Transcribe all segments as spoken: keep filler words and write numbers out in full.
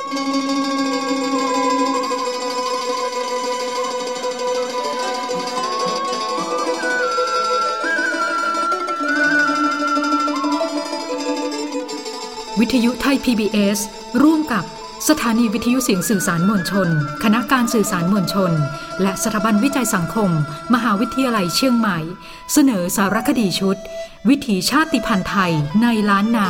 วิทยุไทย พี บี เอส ร่วมกับสถานีวิทยุเสียงสื่อสารมวลชนคณะการสื่อสารมวลชนและสถาบันวิจัยสังคมมหาวิทยาลัยเชียงใหม่เสนอสารคดีชุดวิถีชาติพันธุ์ไทยในล้านนา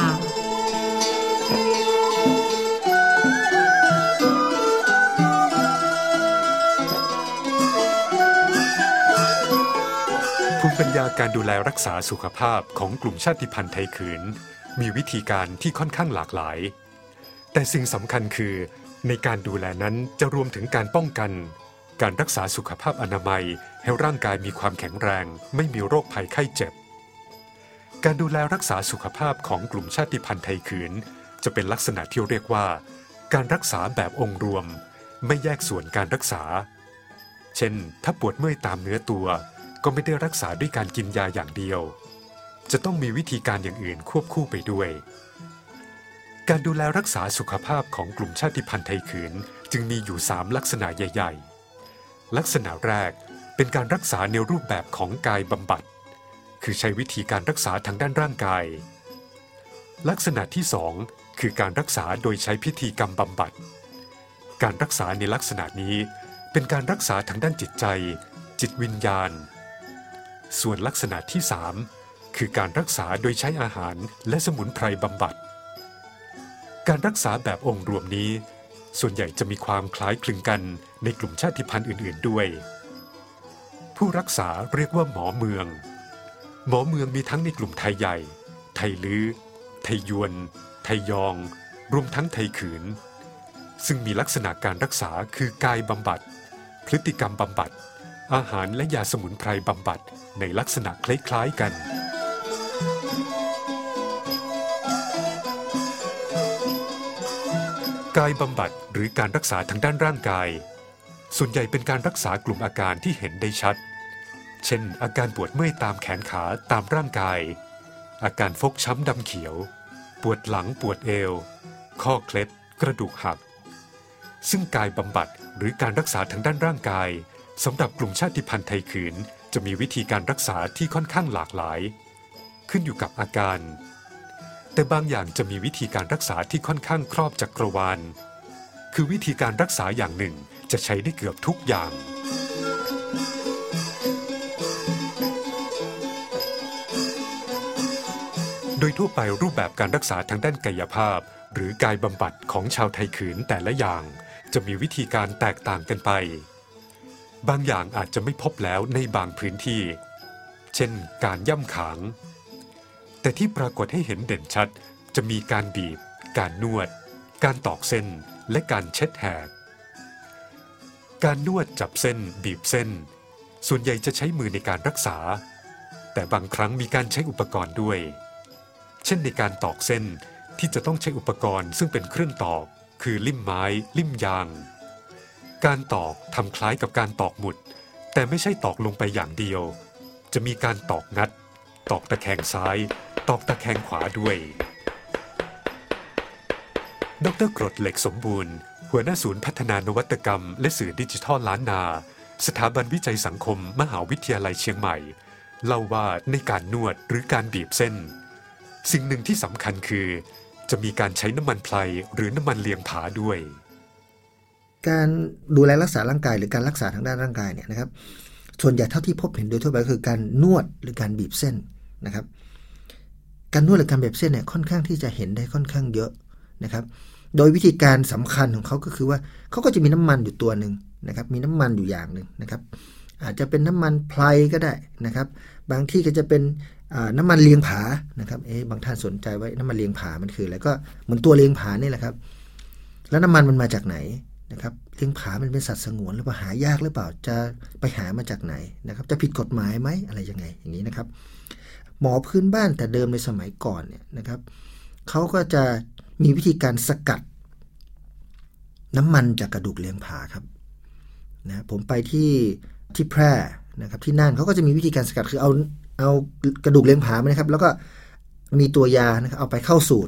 ภูมิปัญญาการดูแลรักษาสุขภาพของกลุ่มชาติพันธุ์ไทยขืนมีวิธีการที่ค่อนข้างหลากหลายแต่สิ่งสำคัญคือในการดูแลนั้นจะรวมถึงการป้องกันการรักษาสุขภาพอนามัยให้ร่างกายมีความแข็งแรงไม่มีโรคภัยไข้เจ็บการดูแลรักษาสุขภาพของกลุ่มชาติพันธุ์ไทยขืนจะเป็นลักษณะที่เรียกว่าการรักษาแบบองค์รวมไม่แยกส่วนการรักษาเช่นถ้าปวดเมื่อยตามเนื้อตัวก็ไม่ได้รักษาด้วยการกินยาอย่างเดียวจะต้องมีวิธีการอย่างอื่นควบคู่ไปด้วยการดูแลรักษาสุขภาพของกลุ่มชาติพันธุ์ไทยขืนจึงมีอยู่สามลักษณะใหญ่ๆลักษณะแรกเป็นการรักษาในรูปแบบของกายบำบัดคือใช้วิธีการรักษาทางด้านร่างกายลักษณะที่สองคือการรักษาโดยใช้พิธีกรรมบำบัดการรักษาในลักษณะนี้เป็นการรักษาทางด้านจิตใจจิตวิญญาณส่วนลักษณะที่สามคือการรักษาโดยใช้อาหารและสมุนไพรบำบัดการรักษาแบบองค์รวมนี้ส่วนใหญ่จะมีความคล้ายคลึงกันในกลุ่มชาติพันธุ์อื่นๆด้วยผู้รักษาเรียกว่าหมอเมืองหมอเมืองมีทั้งในกลุ่มไทยใหญ่ไทยลื้อไทยยวนไทยยองรวมทั้งไทยขืนซึ่งมีลักษณะการรักษาคือกายบำบัดพฤติกรรมบำบัดอาหารและยาสมุนไพรบำบัดในลักษณะคล้ายๆกันกายบำบัดหรือการรักษาทางด้านร่างกายส่วนใหญ่เป็นการรักษากลุ่มอาการที่เห็นได้ชัดเช่นอาการปวดเมื่อยตามแขนขาตามร่างกายอาการฟกช้ำดำเขียวปวดหลังปวดเอวข้อเคล็ดกระดูกหักซึ่งกายบำบัดหรือการรักษาทางด้านร่างกายสำหรับกลุ่มชาติพันธุ์ไทยขืนจะมีวิธีการรักษาที่ค่อนข้างหลากหลายขึ้นอยู่กับอาการแต่บางอย่างจะมีวิธีการรักษาที่ค่อนข้างครอบจักรวาลคือวิธีการรักษาอย่างหนึ่งจะใช้ได้เกือบทุกอย่างโดยทั่วไปรูปแบบการรักษาทางด้านกายภาพหรือกายบำบัดของชาวไทยขืนแต่ละอย่างจะมีวิธีการแตกต่างกันไปบางอย่างอาจจะไม่พบแล้วในบางพื้นที่เช่นการย่ำขางแต่ที่ปรากฏให้เห็นเด่นชัดจะมีการบีบการนวดการตอกเส้นและการเช็ดแหกการนวดจับเส้นบีบเส้นส่วนใหญ่จะใช้มือในการรักษาแต่บางครั้งมีการใช้อุปกรณ์ด้วยเช่นในการตอกเส้นที่จะต้องใช้อุปกรณ์ซึ่งเป็นเครื่องตอกคือลิ่มไม้ลิ่มยางการตอกทำคล้ายกับการตอกหมุดแต่ไม่ใช่ตอกลงไปอย่างเดียวจะมีการตอกงัดตอกตะแคงซ้ายตอกตะแคงขวาด้วยดร.กรดเหล็กสมบูรณ์หัวหน้าศูนย์พัฒนานวัตกรรมและสื่อดิจิทัลล้านนาสถาบันวิจัยสังคมมหาวิทยาลัยเชียงใหม่เล่าว่าในการนวดหรือการบีบเส้นสิ่งหนึ่งที่สำคัญคือจะมีการใช้น้ำมันไพรหรือน้ำมันเลียงผาด้วยการดูแลรักษาร่างกายหรือการรักษาทางด้านร่างกายเนี่ยนะครับส่วนใหญ่เท่าที่พบเห็นโดยทั่วไปคือการนวดหรือการบีบเส้นนะครับการนวดหรือการบีบเส้นเนี่ยค่อนข้างที่จะเห็นได้ค่อนข้างเยอะนะครับโดยวิธีการสำคัญของเขาก็คือว่าเขาก็จะมีน้ำมันอยู่ตัวหนึ่งนะครับมีน้ำมันอยู่อย่างหนึ่งนะครับอาจจะเป็นน้ำมันไพรก็ได้นะครับบางที่ก็จะเป็นน้ำมันเลียงผานะครับเอ๊ะบางท่านสนใจว่าน้ำมันเลียงผามันคืออะไรก็เหมือนตัวเลียงผานี่แหละครับแล้วน้ำมันมันมาจากไหนนะครับเลียงผามันเป็นสัตว์สงวนหรือเปล่าหายากหรือเปล่าจะไปหามาจากไหนนะครับจะผิดกฎหมายไหมอะไรยังไงอย่างนี้นะครับหมอพื้นบ้านแต่เดิมในสมัยก่อนเนี่ยนะครับเขาก็จะมีวิธีการสกัดน้ำมันจากกระดูกเลียงผาครับนะผมไปที่ที่แพร่นะครับที่น่านเขาก็จะมีวิธีการสกัดคือเอาเอากระดูกเลียงผามานะครับแล้วก็มีตัวยานะครับเอาไปเข้าสูตร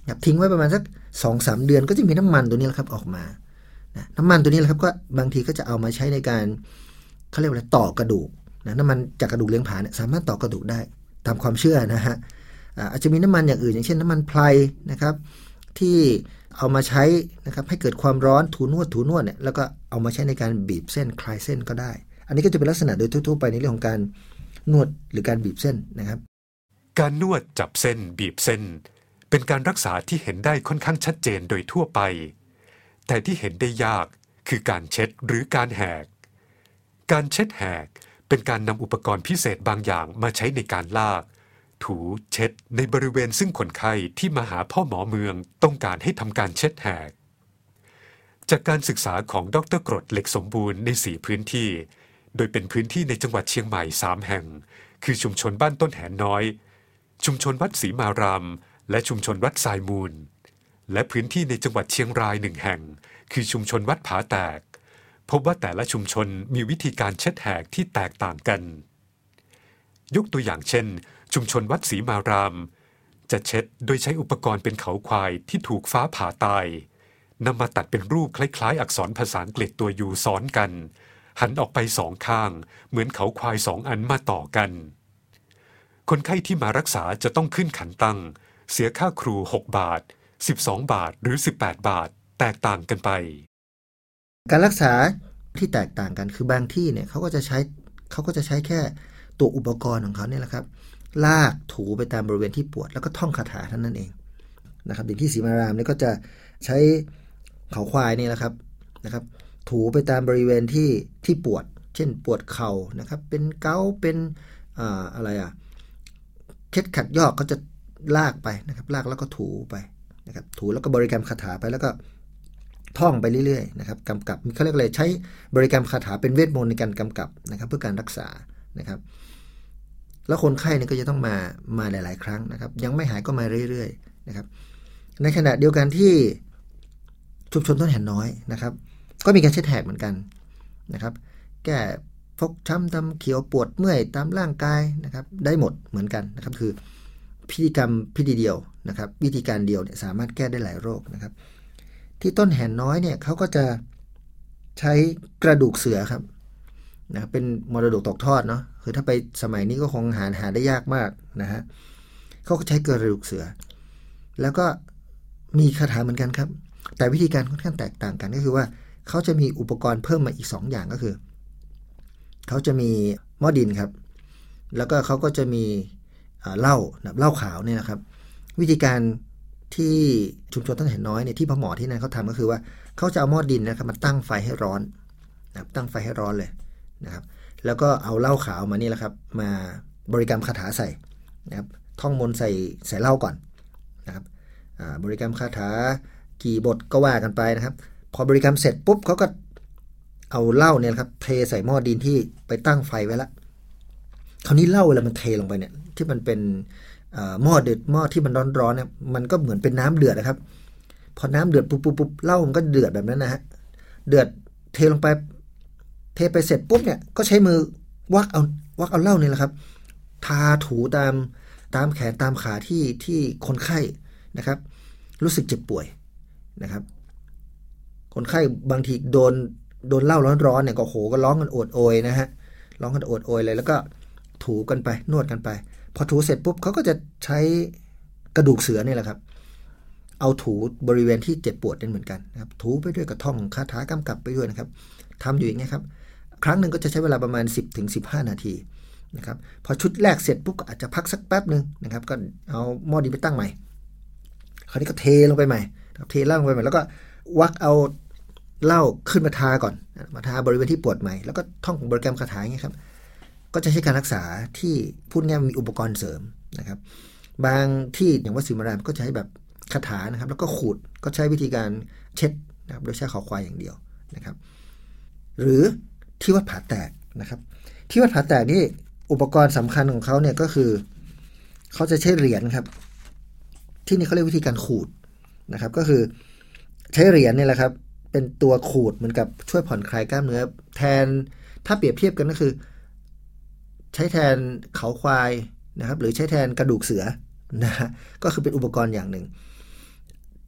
นะครับทิ้งไว้ประมาณสัก สองถึงสาม เดือนก็จะมีน้ำมันตัวนี้แหละครับออกมานะน้ำมันตัวนี้แหละครับก็บางทีก็จะเอามาใช้ในการเขาเรียกว่าอะไรต่อกระดูกนะน้ำมันจากกระดูกเลี้ยงผาเนี่ยสามารถต่อกระดูกได้ตามความเชื่อนะฮะอาจจะมีน้ำมันอย่างอื่นอย่างเช่นน้ำมันไพรนะครับที่เอามาใช้นะครับให้เกิดความร้อนถูนวดถูนวดเนี่ยแล้วก็เอามาใช้ในการบีบเส้นคลายเส้นก็ได้อันนี้ก็จะเป็นลักษณะโดยทั่วๆไปในเรื่องของการนวดหรือการบีบเส้นนะครับการนวดจับเส้นบีบเส้นเป็นการรักษาที่เห็นได้ค่อนข้างชัดเจนโดยทั่วไปแต่ที่เห็นได้ยากคือการเช็ดหรือการแหกการเช็ดแหกเป็นการนำอุปกรณ์พิเศษบางอย่างมาใช้ในการลากถูเช็ดในบริเวณซึ่งคนไข้ที่มาหาพ่อหมอเมืองต้องการให้ทำการเช็ดแหกจากการศึกษาของดร.กรดเหล็กสมบูรณ์ในสี่พื้นที่โดยเป็นพื้นที่ในจังหวัดเชียงใหม่สามแห่งคือชุมชนบ้านต้นแหนน้อยชุมชนวัดศรีมารามและชุมชนวัดทรายมูลและพื้นที่ในจังหวัดเชียงรายหนึ่งแห่งคือชุมชนวัดผาแตกพบว่าแต่ละชุมชนมีวิธีการเช็ดแหกที่แตกต่างกันยกตัวอย่างเช่นชุมชนวัดศรีมารามจะเช็ดโดยใช้อุปกรณ์เป็นเขาควายที่ถูกฟ้าผ่าตายนำมาตัดเป็นรูปคล้ายๆอักษรภาษาอังกฤษตัวยูซ้อนกันหันออกไปสองข้างเหมือนเขาควายสองอันมาต่อกันคนไข้ที่มารักษาจะต้องขึ้นขันตังเสียค่าครูหกบาทสิบสองบาทหรือสิบแปดบาทแตกต่างกันไปการรักษาที่แตกต่างกันคือบางที่เนี่ยเขาก็จะใช้เขาก็จะใช้แค่ตัวอุปกรณ์ของเขาเนี่ยแหละครับลากถูไปตามบริเวณที่ปวดแล้วก็ท่องคาถาเท่านั้นเองนะครับอย่างที่ศรีมารามเนี่ยก็จะใช้เขาควายนี่แหละครับนะครับถูไปตามบริเวณที่ที่ปวดเช่นปวดเข่านะครับเป็นเกาต์เป็นอ่าอะไรอ่ะเคล็ดขัดยอกก็จะลากไปนะครับลากแล้วก็ถูไปนะครับถูแล้วก็บริกรรมคาถาไปแล้วก็ท่องไปเรื่อยๆนะครับกำกับเขาเรียกอะไรใช้บริกรรมคาถาเป็นเวทมนต์ในการกำกับนะครับเพื่อการรักษานะครับแล้วคนไข้เนี่ยก็จะต้องมามาหลายๆครั้งนะครับยังไม่หายก็มาเรื่อยๆนะครับในขณะเดียวกันที่ชุมชนต้นแหนน้อยนะครับก็มีการเช็ดแหกเหมือนกันนะครับแก้ฟกช้ำตามเขียวปวดเมื่อยตามร่างกายนะครับได้หมดเหมือนกันนะครับคือพิธีกรรมพิธีเดียวนะครับวิธีการเดียวเนี่ยสามารถแก้ได้หลายโรคนะครับที่ต้นแหนน้อยเนี่ยเขาก็จะใช้กระดูกเสือครับนะเป็นมรดกตกทอดเนาะคือถ้าไปสมัยนี้ก็คงหาหาได้ยากมากนะฮะเขาก็ใช้กระดูกเสือแล้วก็มีคาถาเหมือนกันครับแต่วิธีการค่อนข้างแตกต่างกันก็คือว่าเขาจะมีอุปกรณ์เพิ่มมาอีกสองอย่างก็คือเขาจะมีหม้อดินครับแล้วก็เขาก็จะมีเหล้าเหล้าขาวเนี่ยนะครับวิธีการที่ชุมชนต้นแหนน้อยเนี่ยที่พ่อหมอที่นั่นเขาทำก็คือว่าเขาจะเอาหม้อดินนะครับมาตั้งไฟให้ร้อนนะครับตั้งไฟให้ร้อนเลยนะครับแล้วก็เอาเหล้าขาวมานี่แหละครับมาบริกรรมคาถาใส่นะครับท่องมนต์ใส่ใส่เหล้าก่อนนะครับบริกรรมคาถากี่บทก็ว่ากันไปนะครับพอบริกรรมเสร็จปุ๊บเขาก็เอาเหล้าเนี่ยครับเทใส่หม้อดินที่ไปตั้งไฟไว้แล้วคราวนี้เหล้าเวลามันเทลงไปเนี่ยที่มันเป็นหม้อเดือดหม้อที่มันร้อนๆเนี่ยมันก็เหมือนเป็นน้ำเดือดนะครับพอน้ำเดือดปุ๊บปุ๊บปุ๊บเหล้ามันก็เดือดแบบนั้นนะฮะเดือดเทลงไปเทไปเสร็จปุ๊บเนี่ยก็ใช้มือวักเอาวักเอาเหล้านี่แหละครับทาถูตามตามแขนตามขาที่ที่คนไข้นะครับรู้สึกเจ็บป่วยนะครับคนไข้บางทีโดนโดนเหล้าร้อนๆเนี่ยก็โหก็ร้องกันโอดโอยนะฮะร้องกันโอดโอยเลยแล้วก็ถูกันไปนวดกันไปพอถูเสร็จปุ๊บเขาก็จะใช้กระดูกเสือนี่แหละครับเอาถูบริเวณที่เจ็บปวดนั่นเหมือนกันนะครับถูไปด้วยกระท่องคาถากำกับไปด้วยนะครับทำอยู่อย่างนี้ครับครั้งหนึ่งก็จะใช้เวลาประมาณ สิบถึงสิบห้า นาทีนะครับพอชุดแรกเสร็จปุ๊บก็อาจจะพักสักแป๊บนึงนะครับก็เอาหม้อดินไปตั้งใหม่คราวนี้ก็เทลงไปใหม่เทเหล้าลงไปใหม่แล้วก็วักเอาเหล้าขึ้นมาทาก่อนมาทาบริเวณที่ปวดใหม่แล้วก็ท่องบริกรรมคาถาอย่างนี้ครับก็จะใช้การรักษาที่พูดง่ายมีอุปกรณ์เสริมนะครับบางที่อย่างวัดศรีมารามก็ใช้แบบคาถานะครับแล้วก็ขูดก็ใช้วิธีการเช็ดนะครับโดยใช้เขาควายอย่างเดียวนะครับหรือที่วัดผาแตกนะครับที่วัดผาแตกนี่อุปกรณ์สำคัญของเขาเนี่ยก็คือเขาจะใช้เหรียญครับที่นี่เขาเรียกวิธีการขูดนะครับก็คือใช้เหรียญนี่แหละครับเป็นตัวขูดเหมือนกับช่วยผ่อนคลายกล้ามเนื้อแทนถ้าเปรียบเทียบกันก็คือใช้แทนเขาควายนะครับหรือใช้แทนกระดูกเสือนะฮะก็คือเป็นอุปกรณ์อย่างหนึ่ง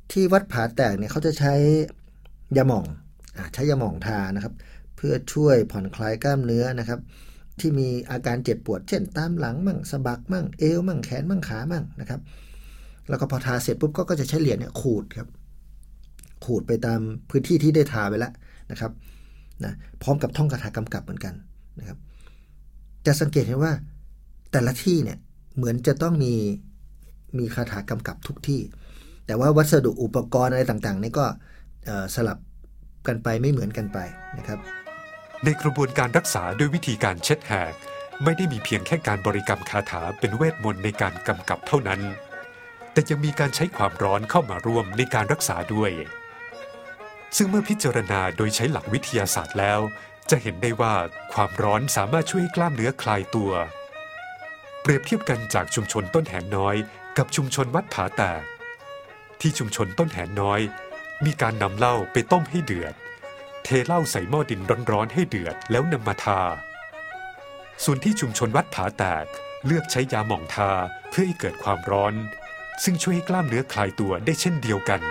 ที่วัดผาแตกเนี่ยเขาจะใช้ยาหม่องอ่าใช้ยาหม่องทานะครับเพื่อช่วยผ่อนคลายกล้ามเนื้อนะครับที่มีอาการเจ็บปวดเช่นตามหลังมั่งสะบักมั่งเอวมั่งแขนมั่งขามั่งนะครับแล้วก็พอทาเสร็จปุ๊บก็จะใช้เหรียญเนี่ยขูดครับขูดไปตามพื้นที่ที่ได้ทาไปแล้วนะครับนะพร้อมกับท่องคาถากำกับเหมือนกันนะครับจะสังเกตเห็นว่าแต่ละที่เนี่ยเหมือนจะต้องมีมีคาถากำกับทุกที่แต่ว่าวัสดุอุปกรณ์อะไรต่างๆนี่ก็สลับกันไปไม่เหมือนกันไปนะครับในกระบวนการรักษาด้วยวิธีการเช็ดแหกไม่ได้มีเพียงแค่การบริกรรมคาถาเป็นเวทมนต์ในการกำกับเท่านั้นแต่ยังมีการใช้ความร้อนเข้ามาร่วมในการรักษาด้วยซึ่งเมื่อพิจารณาโดยใช้หลักวิทยาศาสตร์แล้วจะเห็นได้ว่าความร้อนสามารถช่วยให้กล้ามเนื้อคลายตัวเปรียบเทียบกันจากชุมชนต้นแหนน้อยกับชุมชนวัดผาแตกที่ชุมชนต้นแหนน้อยมีการนำเหล้าไปต้มให้เดือดเทเหล้าใส่หม้อดินร้อนๆให้เดือดแล้วนำมาทาส่วนที่ชุมชนวัดผาแตกเลือกใช้ยาหม่องทาเพื่อให้เกิดความร้อนซึ่งช่วยให้กล้ามเนื้อคลายตัวได้เช่นเดียวกัน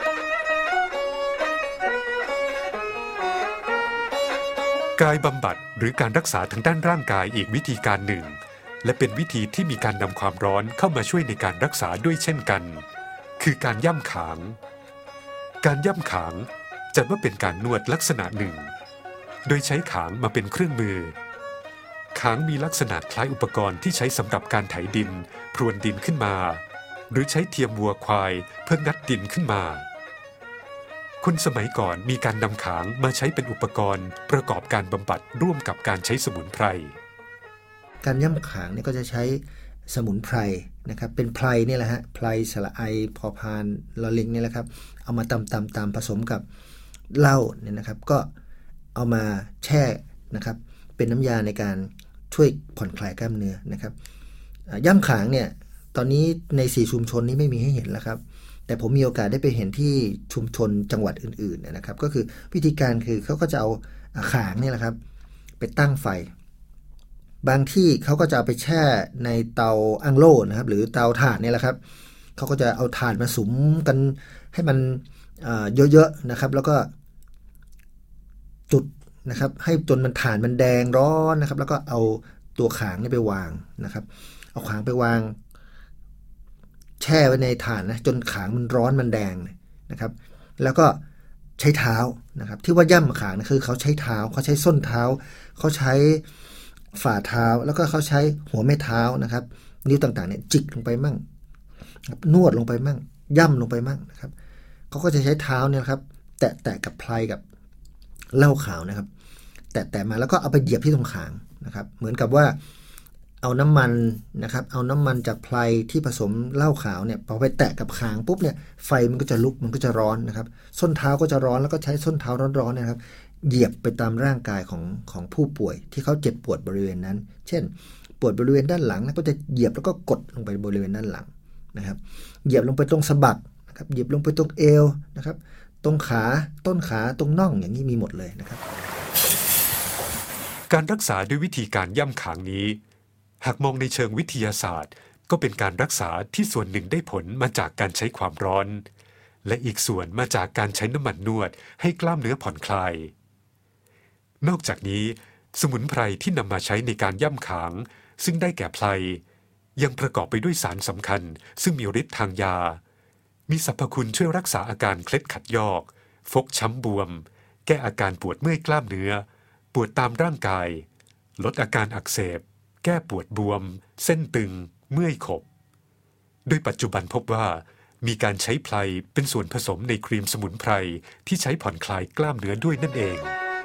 กายบำบัดหรือการรักษาทางด้านร่างกายอีกวิธีการหนึ่งและเป็นวิธีที่มีการนำความร้อนเข้ามาช่วยในการรักษาด้วยเช่นกันคือการย่ำขางการย่ำขางจัดว่าเป็นการนวดลักษณะหนึ่งโดยใช้ขางมาเป็นเครื่องมือขางมีลักษณะคล้ายอุปกรณ์ที่ใช้สำหรับการไถดินพรวนดินขึ้นมาหรือใช้เทียมวัวควายเพื่องัดดินขึ้นมาคนสมัยก่อนมีการนำขางมาใช้เป็นอุปกรณ์ประกอบการบำบัดร่วมกับการใช้สมุนไพรการย่ำขางเนี่ยก็จะใช้สมุนไพรนะครับเป็นไพรนี่แหละฮะไพรสระไอพอพานลอลิงนี่แหละครับเอามาตำตำตำผสมกับเหล้าเนี่ยนะครับก็เอามาแช่นะครับเป็นน้ำยาในการช่วยผ่อนคลายกล้ามเนื้อนะครับย่ำขางเนี่ยตอนนี้ในสี่ชุมชนนี้ไม่มีให้เห็นแล้วครับแต่ผมมีโอกาสได้ไปเห็นที่ชุมชนจังหวัดอื่นๆนะครับก็คือวิธีการคือเขาก็จะเอาขางนี่แหละครับไปตั้งไฟบางที่เขาก็จะเอาไปแช่ในเตาอังโล่นะครับหรือเตาถ่านนี่แหละครับเขาก็จะเอาถ่านมาสุมกันให้มันเยอะๆนะครับแล้วก็จุดนะครับให้จนมันถ่านมันแดงร้อนนะครับแล้วก็เอาตัวขางนี่ไปวางนะครับเอาขางไปวางแช่ไว้ในถ่านนะจนขางมันร้อนมันแดงนะครับแล้วก็ใช้เท้านะครับที่ว่าย่ำขางนะคือเขาใช้เท้าเขาใช้ส้นเท้าเขาใช้ฝ่าเท้าแล้วก็เขาใช้หัวแม่เท้านะครับนิ้วต่างๆเนี่ยจิกลงไปมั่งนวดลงไปมั่งย่ำลงไปมั่งนะครับเขาก็จะใช้เท้าเนี่ยครับแตะแตะกับไพรกับเหล้าขาวนะครับแตะแตะมาแล้วก็เอาไปเหยียบที่ตรงขางนะครับเหมือนกับว่าเอาน้ำมันนะครับเอาน้ำมันจากไพรที่ผสมเหล้าขาวเนี่ยพอไปแตะกับขางปุ๊บเนี่ยไฟมันก็จะลุกมันก็จะร้อนนะครับส้นเท้าก็จะร้อนแล้วก็ใช้ส้นเท้าร้อนๆนะครับเหยียบไปตามร่างกายของของผู้ป่วยที่เขาเจ็บปวดบริเวณนั้นเช่นปวดบริเวณด้านหลังนะก็จะเหยียบแล้วก็กดลงไปบริเวณด้านหลังนะครับเหยียบลงไปตรงสะบักนะครับเหยียบลงไปตรงเอวนะครับตรงขาต้นขาตรงน่องอย่างนี้มีหมดเลยนะครับการรักษาด้วยวิธีการย่ำขางนี้หากมองในเชิงวิทยาศาสตร์ก็เป็นการรักษาที่ส่วนหนึ่งได้ผลมาจากการใช้ความร้อนและอีกส่วนมาจากการใช้น้ำมันนวดให้กล้ามเนื้อผ่อนคลายนอกจากนี้สมุนไพรที่นำมาใช้ในการย่ำขางซึ่งได้แก่ไพรยังประกอบไปด้วยสารสำคัญซึ่งมีฤทธิ์ทางยามีสรรพคุณช่วยรักษาอาการเคล็ดขัดยอกฟกช้ำบวมแก้อาการปวดเมื่อยกล้ามเนื้อปวดตามร่างกายลดอาการอักเสบแก้ปวดบวมเส้นตึงเมื่อยขบโดยปัจจุบันพบว่ามีการใช้ไพรเป็นส่วนผสมในครีมสมุนไพรที่ใช้ผ่อนคลายกล้ามเนื้อด้วยนั่นเอง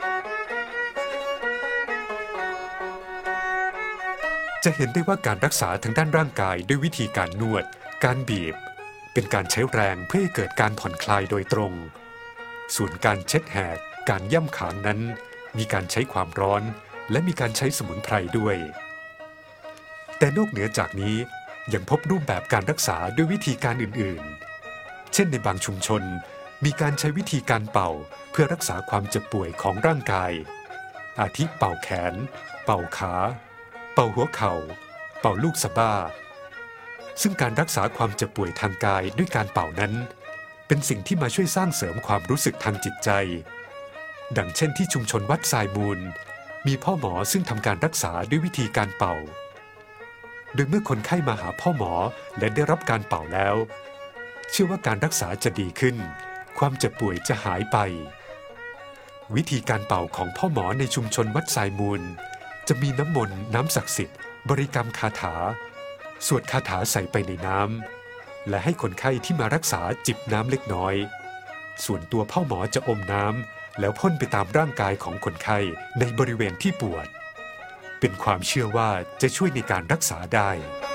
จะเห็นได้ว่าการรักษาทางด้านร่างกายด้วยวิธีการนวดการบีบเป็นการใช้แรงเพื่อให้เกิดการผ่อนคลายโดยตรงส่วนการเช็ดแหกการย่ำขางนั้นมีการใช้ความร้อนและมีการใช้สมุนไพรด้วยแต่นอกเหนือจากนี้ยังพบรูปแบบการรักษาด้วยวิธีการอื่นๆเช่นในบางชุมชนมีการใช้วิธีการเป่าเพื่อรักษาความเจ็บป่วยของร่างกายอาทิเป่าแขนเป่าขาเป่าหัวเข่าเป่าลูกสะบ้าซึ่งการรักษาความเจ็บป่วยทางกายด้วยการเป่านั้นเป็นสิ่งที่มาช่วยสร้างเสริมความรู้สึกทางจิตใจดังเช่นที่ชุมชนวัดทรายมูลมีพ่อหมอซึ่งทำการรักษาด้วยวิธีการเป่าโดยเมื่อคนไข้มาหาพ่อหมอและได้รับการเป่าแล้วเชื่อว่าการรักษาจะดีขึ้นความเจ็บป่วยจะหายไปวิธีการเป่าของพ่อหมอในชุมชนวัดทรายมูลจะมีน้ำมนต์น้ำศักดิ์สิทธิ์บริกรรมคาถาสวดคาถาใส่ไปในน้ำและให้คนไข้ที่มารักษาจิบน้ำเล็กน้อยส่วนตัวพ่อหมอจะอมน้ำแล้วพ่นไปตามร่างกายของคนไข้ในบริเวณที่ปวดเป็นความเชื่อว่าจะช่วยในการรักษาได้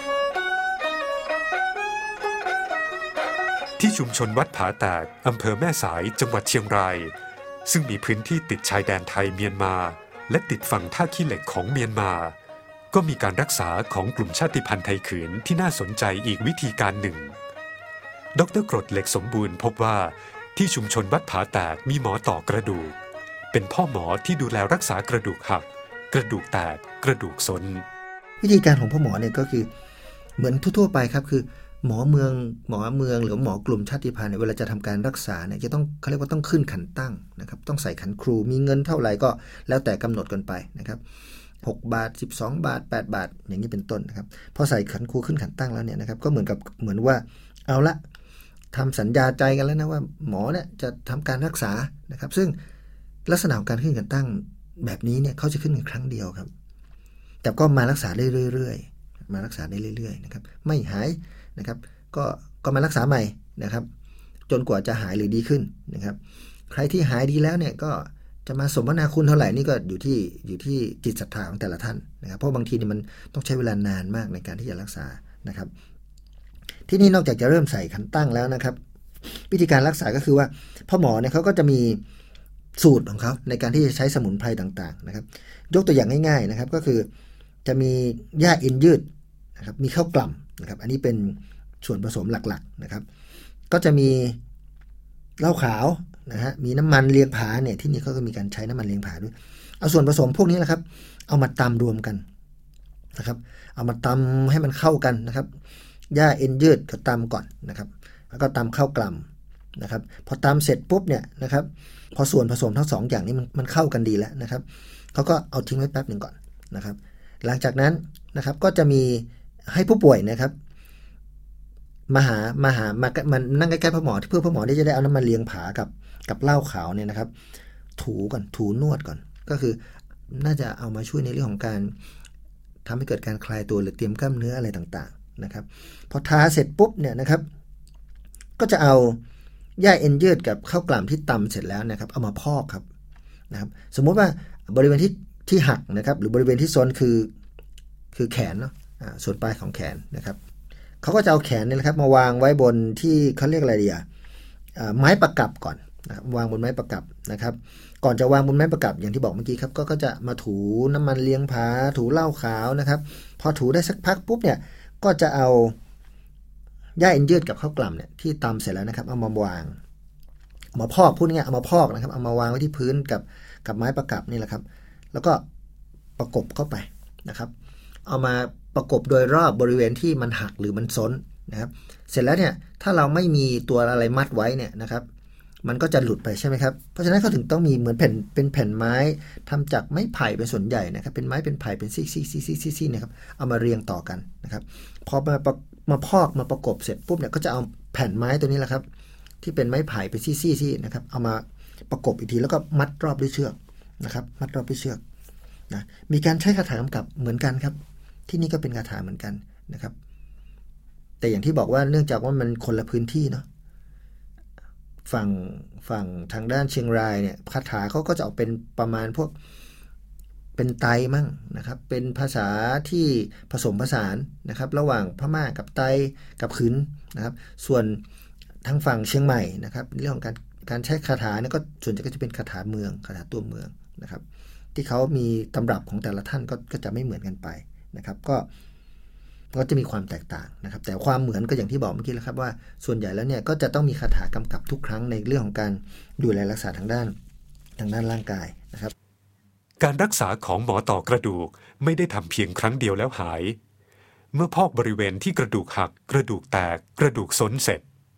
ที่ชุมชนวัดผาแตกอำเภอแม่สายจังหวัดเชียงรายซึ่งมีพื้นที่ติดชายแดนไทยเมียนมาและติดฝั่งท่าขี้เหล็กของเมียนมาก็มีการรักษาของกลุ่มชาติพันธุ์ไทยเขืนที่น่าสนใจอีกวิธีการหนึ่งดร.กรดเหล็กสมบูรณ์พบว่าที่ชุมชนวัดผาแตกมีหมอต่อกระดูกเป็นพ่อหมอที่ดูแลรักษากระดูกหักกระดูกแตกกระดูกซนวิธีการของพ่อหมอเนี่ยก็คือเหมือนทั่วๆไปครับคือหมอเมืองหมอเมืองหรือหมอกลุ่มชาติพันธุ์เนี่ยเวลาจะทำการรักษาเนี่ยจะต้องเขาเรียกว่าต้องขึ้นขันตั้งนะครับต้องใส่ขันครูมีเงินเท่าไหร่ก็แล้วแต่กำหนดกันไปนะครับหกบาทสิบสองบาทแปดบาทอย่างนี้เป็นต้นนะครับพอใส่ขันครูขึ้นขันตั้งแล้วเนี่ยนะครับก็เหมือนกับเหมือนว่าเอาละทำสัญญาใจกันแล้วนะว่าหมอเนี่ยจะทำการรักษานะครับซึ่งลักษณะของการขึ้นขันตั้งแบบนี้เนี่ยเขาจะขึ้นครั้งเดียวครับแต่ก็มารักษาได้เรื่อยๆมารักษาได้เรื่อยๆนะครับไม่หายนะครับก็ก็มารักษาใหม่นะครับจนกว่าจะหายหรือดีขึ้นนะครับใครที่หายดีแล้วเนี่ยก็จะมาสมนาคุณเท่าไหร่นี่ก็อยู่ที่อยู่ที่จิตศรัทธาของแต่ละท่านนะครับเพราะบางทีนี่มันต้องใช้เวลานานมากในการที่จะรักษานะครับที่นี่นอกจากจะเริ่มใส่ขันตั้งแล้วนะครับวิธีการรักษาก็คือว่าพ่อหมอเนี่ยเขาก็จะมีสูตรของเขาในการที่จะใช้สมุนไพรต่างๆนะครับยกตัวอย่างง่ายๆนะครับก็คือจะมีหญ้าเอ็นยืดนะครับมีข้าวกล่ำนะครับอันนี้เป็นส่วนผสมหลักๆนะครับก็จะมีเหล้าขาวนะฮะมีน้ำมันเลียงผาเนี่ยที่นี่เขาก็มีการใช้น้ำมันเลียงผาด้วยเอาส่วนผสมพวกนี้แหละครับเอามาตำรวมกันนะครับเอามาตำให้มันเข้ากันนะครับหญ้าเอ็นยืดก็ตำก่อนนะครับแล้วก็ตำข้าวกล่ำนะครับพอตำเสร็จปุ๊บเนี่ยนะครับพอส่วนผสมทั้งสองอย่างนี้มันมันเข้ากันดีแล้วนะครับเขาก็เอาทิ้งไว้แป๊บหนึ่งก่อนนะครับหลังจากนั้นนะครับก็จะมีให้ผู้ป่วยนะครับมาหามาหามามันนั่งใกล้ๆพ่อหมอเพื่อพ่อหมอที่จะได้เอาน้ำมันเลียงผากับกับเหล้าขาวเนี่ยนะครับถูก่อนถูนวดก่อนก็คือน่าจะเอามาช่วยในเรื่องของการทำให้เกิดการคลายตัวหรือเตรียมกล้ามเนื้ออะไรต่างๆนะครับพอทาเสร็จปุ๊บเนี่ยนะครับก็จะเอาหญ้าเอ็นยืดกับข้าวกล่ำที่ตำเสร็จแล้วนะครับเอามาพอกครับนะครับสมมุติว่าบริเวณที่ที่หักนะครับหรือบริเวณที่ซนคือคือแขนเนาะส่วนปลายของแขนนะครับเขาก็จะเอาแขนนี่แหละครับมาวางไว้บนที่เขาเรียกอะไรดีอ่ะไม้ประกับก่อนนะครับวางบนไม้ประกับนะครับก่อนจะวางบนไม้ประกับอย่างที่บอกเมื่อกี้ครับก็ก็จะมาถูน้ำมันเลี้ยงผาถูเหล้าขาวนะครับพอถูได้สักพักปุ๊บเนี่ยก็จะเอาหญ้าเอ็นยืดกับข้าวกล่ำเนี่ยที่ตำเสร็จแล้วนะครับเอามาวางมาพอกพูดง่ายๆเอามาพอกนะครับเอามาวางไว้ที่พื้นกับกับไม้ประกับนี่แหละครับแล้วก็ประกบเข้าไปนะครับเอามาประกบโดยรอบบริเวณที่มันหักหรือมันซนนะครับเสร็จแล้วเนี่ยถ้าเราไม่มีตัวอะไรมัดไว้เนี่ยนะครับมันก็จะหลุดไปใช่ไหมครับเพราะฉะนั้นเขาถึงต้องมีเหมือนแผ่นเป็นแผ่นไม้ทำจากไม้ไผ่เป็นส่วนใหญ่นะครับเป็นไม้เป็นไผ่เป็นซี่ซี่ซี่ซี่ซี่ซี่นะครับเอามาเรียงต่อกันนะครับพอมามาพอกมาประกบเสร็จปุ๊บเนี่ยก็จะเอาแผ่นไม้ตัวนี้แหละครับที่เป็นไม้ไผ่เป็นซี่ซี่ซี่นะครับเอามาประกบอีกทีแล้วก็มัดรอบด้วยเชือกนะครับมัดรอบด้วยเชือกนะมีการใช้คาถากำกับเหมือนกันครับที่นี่ก็เป็นคาถาเหมือนกันนะครับแต่อย่างที่บอกว่าเนื่องจากว่ามันคนละพื้นที่เนาะฝั่งฝั่งทางด้านเชียงรายเนี่ยคาถาเขาก็จะออกเป็นประมาณพวกเป็นไตมั่งนะครับเป็นภาษาที่ผสมผสานนะครับระหว่างพม่ากับไตกับขืนนะครับส่วนทางฝั่งเชียงใหม่นะครับเรื่องของการการใช้คาถาเนี่ยก็ส่วนใหญ่ก็จะเป็นคาถาเมืองคาถาตัวเมืองนะครับที่เขามีตำรับของแต่ละท่านก็ก็จะไม่เหมือนกันไปนะครับก็ก็จะมีความแตกต่างนะครับแต่ความเหมือนก็อย่างที่บอกเมื่อกี้แล้วครับว่าส่วนใหญ่แล้วเนี่ยก็จะต้องมีคาถากำกับทุกครั้งในเรื่องของการดูแลรักษาทางด้านทางด้านร่างกายนะครับการรักษาของหมอต่อกระดูกไม่ได้ทำเพียงครั้งเดียวแล้วหายเมื่อพอกบริเวณที่กระดูกหักกระดูกแตกกระดูกซนเสร็จ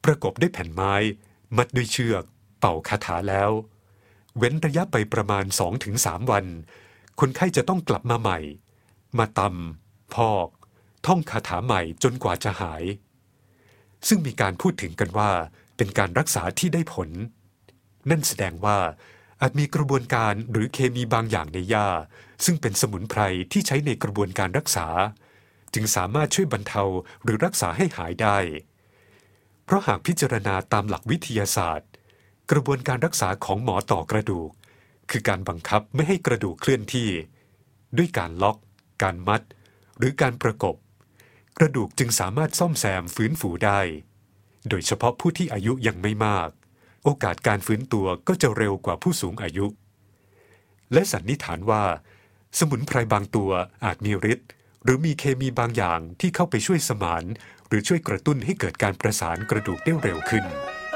ประกบด้วยแผ่นไม้มัดด้วยเชือกเป่าคาถาแล้วเว้นระยะไปประมาณ สองถึงสาม วันคนไข้จะต้องกลับมาใหม่มาตำพอกท่องคาถาใหม่จนกว่าจะหายซึ่งมีการพูดถึงกันว่าเป็นการรักษาที่ได้ผลนั่นแสดงว่าอาจมีกระบวนการหรือเคมีบางอย่างในหญ้าซึ่งเป็นสมุนไพรที่ใช้ในกระบวนการรักษาจึงสามารถช่วยบรรเทาหรือรักษาให้หายได้เพราะหากพิจารณาตามหลักวิทยาศาสตร์กระบวนการรักษาของหมอต่อกระดูกคือการบังคับไม่ให้กระดูกเคลื่อนที่ด้วยการล็อกการมัดหรือการประกบกระดูกจึงสามารถซ่อมแซมฟื้นฟูได้โดยเฉพาะผู้ที่อายุยังไม่มากโอกาสการฟื้นตัวก็จะเร็วกว่าผู้สูงอายุและสันนิษฐานว่าสมุนไพรบางตัวอาจมีฤทธิ์หรือมีเคมีบางอย่างที่เข้าไปช่วยสมานหรือช่วยกระตุ้นให้เกิดการประสานกระดูกได้เร็วขึ้น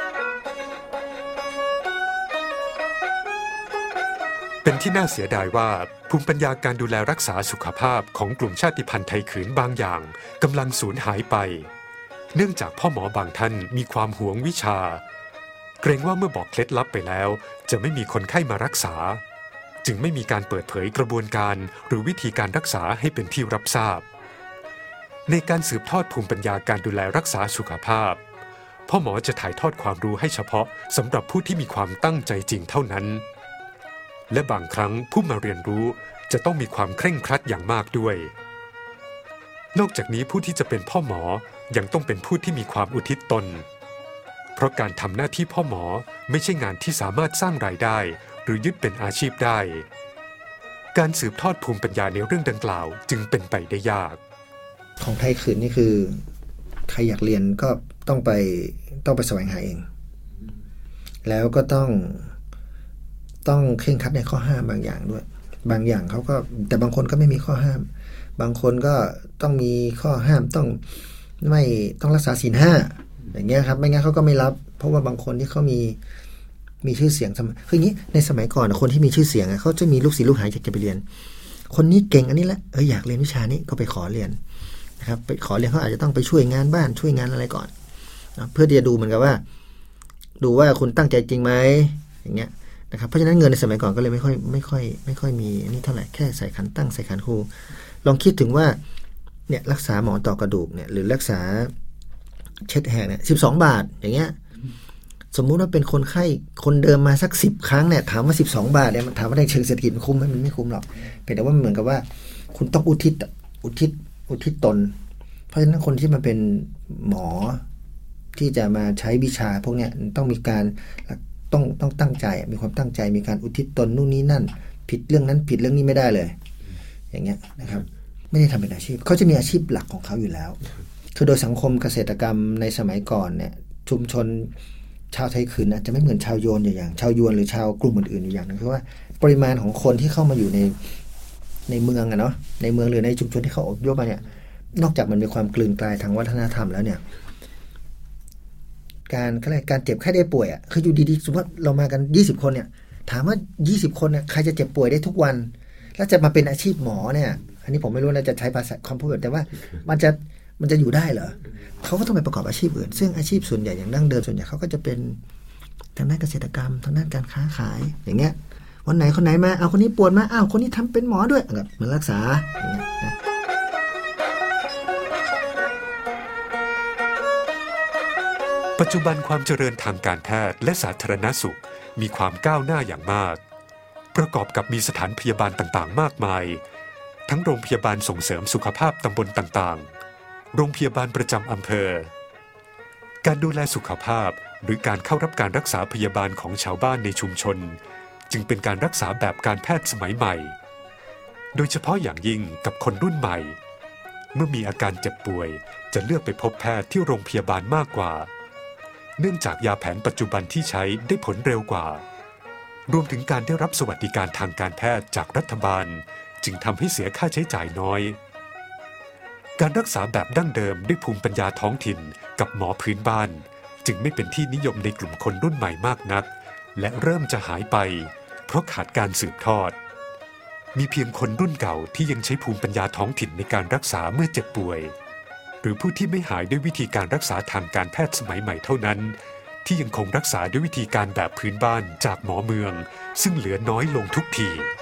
เป็นที่น่าเสียดายว่าภูมิปัญญาการดูแลรักษาสุขภาพของกลุ่มชาติพันธุ์ไทยขืนบางอย่างกำลังสูญหายไปเนื่องจากพ่อหมอบางท่านมีความหวงวิชาเกรงว่าเมื่อบอกเคล็ดลับไปแล้วจะไม่มีคนไข้มารักษาจึงไม่มีการเปิดเผยกระบวนการหรือวิธีการรักษาให้เป็นที่รับทราบในการสืบทอดภูมิปัญญาการดูแลรักษาสุขภาพพ่อหมอจะถ่ายทอดความรู้ให้เฉพาะสำหรับผู้ที่มีความตั้งใจจริงเท่านั้นและบางครั้งผู้มาเรียนรู้จะต้องมีความเคร่งครัดอย่างมากด้วยนอกจากนี้ผู้ที่จะเป็นพ่อหมอยังต้องเป็นผู้ที่มีความอุทิศตนเพราะการทำหน้าที่พ่อหมอไม่ใช่งานที่สามารถสร้างรายได้หรือยึดเป็นอาชีพได้การสืบทอดภูมิปัญญาในเรื่องดังกล่าวจึงเป็นไปได้ยากของไทยขืนนี่คือใครอยากเรียนก็ต้องไปต้องไปแสวงหาเองแล้วก็ต้องต้องเคร่งครัดในข้อห้ามบางอย่างด้วยบางอย่างเขาก็แต่บางคนก็ไม่มีข้อห้ามบางคนก็ต้องมีข้อห้ามต้องไม่ต้องรักษาศีลห้าอย่างเงี้ยครับไม่งั้นเขาก็ไม่รับเพราะว่าบางคนที่เขามีมีชื่อเสียงคืออย่างนี้ในสมัยก่อนคนที่มีชื่อเสียงเขาจะมีลูกศิษย์ลูกหาอยากจะไปเรียนคนนี้เก่งอันนี้แหละเอออยากเรียนวิชานี้ก็ไปขอเรียนนะครับไปขอเรียนเขาอาจจะต้องไปช่วยงานบ้านช่วยงานอะไรก่อนเพื่อที่จะดูเหมือนกับว่าดูว่าคุณตั้งใจจริงไหมอย่างเงี้ยนะครับเพราะฉะนั้นเงินในสมัยก่อนก็เลยไม่ค่อยไม่ค่อยไม่ค่อยมีนี่เท่าไหร่แค่ใส่ขันตั้งใส่ขันครูลองคิดถึงว่าเนี่ยรักษาหมอนต่อกระดูกเนี่ยหรือรักษาเช็ดแหกเนี่ยสิบสองบาทอย่างเงี้ยสมมุติว่าเป็นคนไข้คนเดิมมาสักสิบครั้งเนี่ยถามว่าสิบสองบาทเนี่ยมันถามว่าในเชิงเศรษฐกิจมันคุ้มไหมมันไม่คุ้มหรอกเป็นแต่ว่ามันเหมือนกับว่าคุณต้องอุทิศอุทิศอุทิศตนเพราะฉะนั้นคนที่มาเป็นหมอที่จะมาใช้วิชาพวกเนี้ยต้องมีการต้องต้องตั้งใจมีความตั้งใจมีการอุทิศตนนู่นนี่นั่นผิดเรื่องนั้นผิดเรื่องนี้ไม่ได้เลยอย่างเงี้ยนะครับไม่ได้ทำเป็นอาชีพเขาจะมีอาชีพหลักของเขาอยู่แล้วคือโดยสังคมเกษตรกรรมในสมัยก่อนเนี่ยชุมชนชาวไทยขืนนะจะไม่เหมือนชาวโยนอย่างชาวยวนหรือชาวกลุ่มอื่นๆอยู่อย่างนึงคือว่าปริมาณของคนที่เข้ามาอยู่ในในเมืองอะเนาะในเมืองหรือในชุมชนที่เขาอพยพมาเนี่ยนอกจากมันมีความกลืนกลายทางวัฒนธรรมแล้วเนี่ยการอะไรการเจ็บไข้ได้ป่วยอ่ะคืออยู่ดีๆสมมติว่าเรามากันยี่สิบคนเนี่ยถามว่ายี่สิบคนเนี่ยใครจะเจ็บป่วยได้ทุกวันแล้วจะมาเป็นอาชีพหมอเนี่ยอันนี้ผมไม่รู้นะจะใช้ภาษาคำพูดแต่ว่ามันจะมันจะอยู่ได้เหรอเขาก็ต้องไปประกอบอาชีพอื่นซึ่งอาชีพส่วนใหญ่อย่างดั้งเดิมส่วนใหญ่เขาก็จะเป็นทางด้านเกษตรกรรมทางด้านการค้าขายอย่างเงี้ยวันไหนคนไหนมาเอาคนนี้ปวดมาอ้าวคนนี้ทำเป็นหมอด้วยแบบเหมือนรักษาอย่างเงี้ยนะปัจจุบันความเจริญทางการแพทย์และสาธารณสุขมีความก้าวหน้าอย่างมากประกอบกับมีสถานพยาบาลต่างๆมากมายทั้งโรงพยาบาลส่งเสริมสุขภาพตำบลต่างๆโรงพยาบาลประจำอำเภอการดูแลสุขภาพหรือการเข้ารับการรักษาพยาบาลของชาวบ้านในชุมชนจึงเป็นการรักษาแบบการแพทย์สมัยใหม่โดยเฉพาะอย่างยิ่งกับคนรุ่นใหม่เมื่อมีอาการเจ็บป่วยจะเลือกไปพบแพทย์ที่โรงพยาบาลมากกว่าเนื่องจากยาแผนปัจจุบันที่ใช้ได้ผลเร็วกว่ารวมถึงการได้รับสวัสดิการทางการแพทย์จากรัฐบาลจึงทำให้เสียค่าใช้จ่ายน้อยการรักษาแบบดั้งเดิมด้วยภูมิปัญญาท้องถิ่นกับหมอพื้นบ้านจึงไม่เป็นที่นิยมในกลุ่มคนรุ่นใหม่มากนักและเริ่มจะหายไปเพราะขาดการสืบทอดมีเพียงคนรุ่นเก่าที่ยังใช้ภูมิปัญญาท้องถิ่นในการรักษาเมื่อเจ็บป่วยหรือผู้ที่ไม่หายด้วยวิธีการรักษาทางการแพทย์สมัยใหม่เท่านั้นที่ยังคงรักษาด้วยวิธีการแบบพื้นบ้านจากหมอเมืองซึ่งเหลือน้อยลงทุกที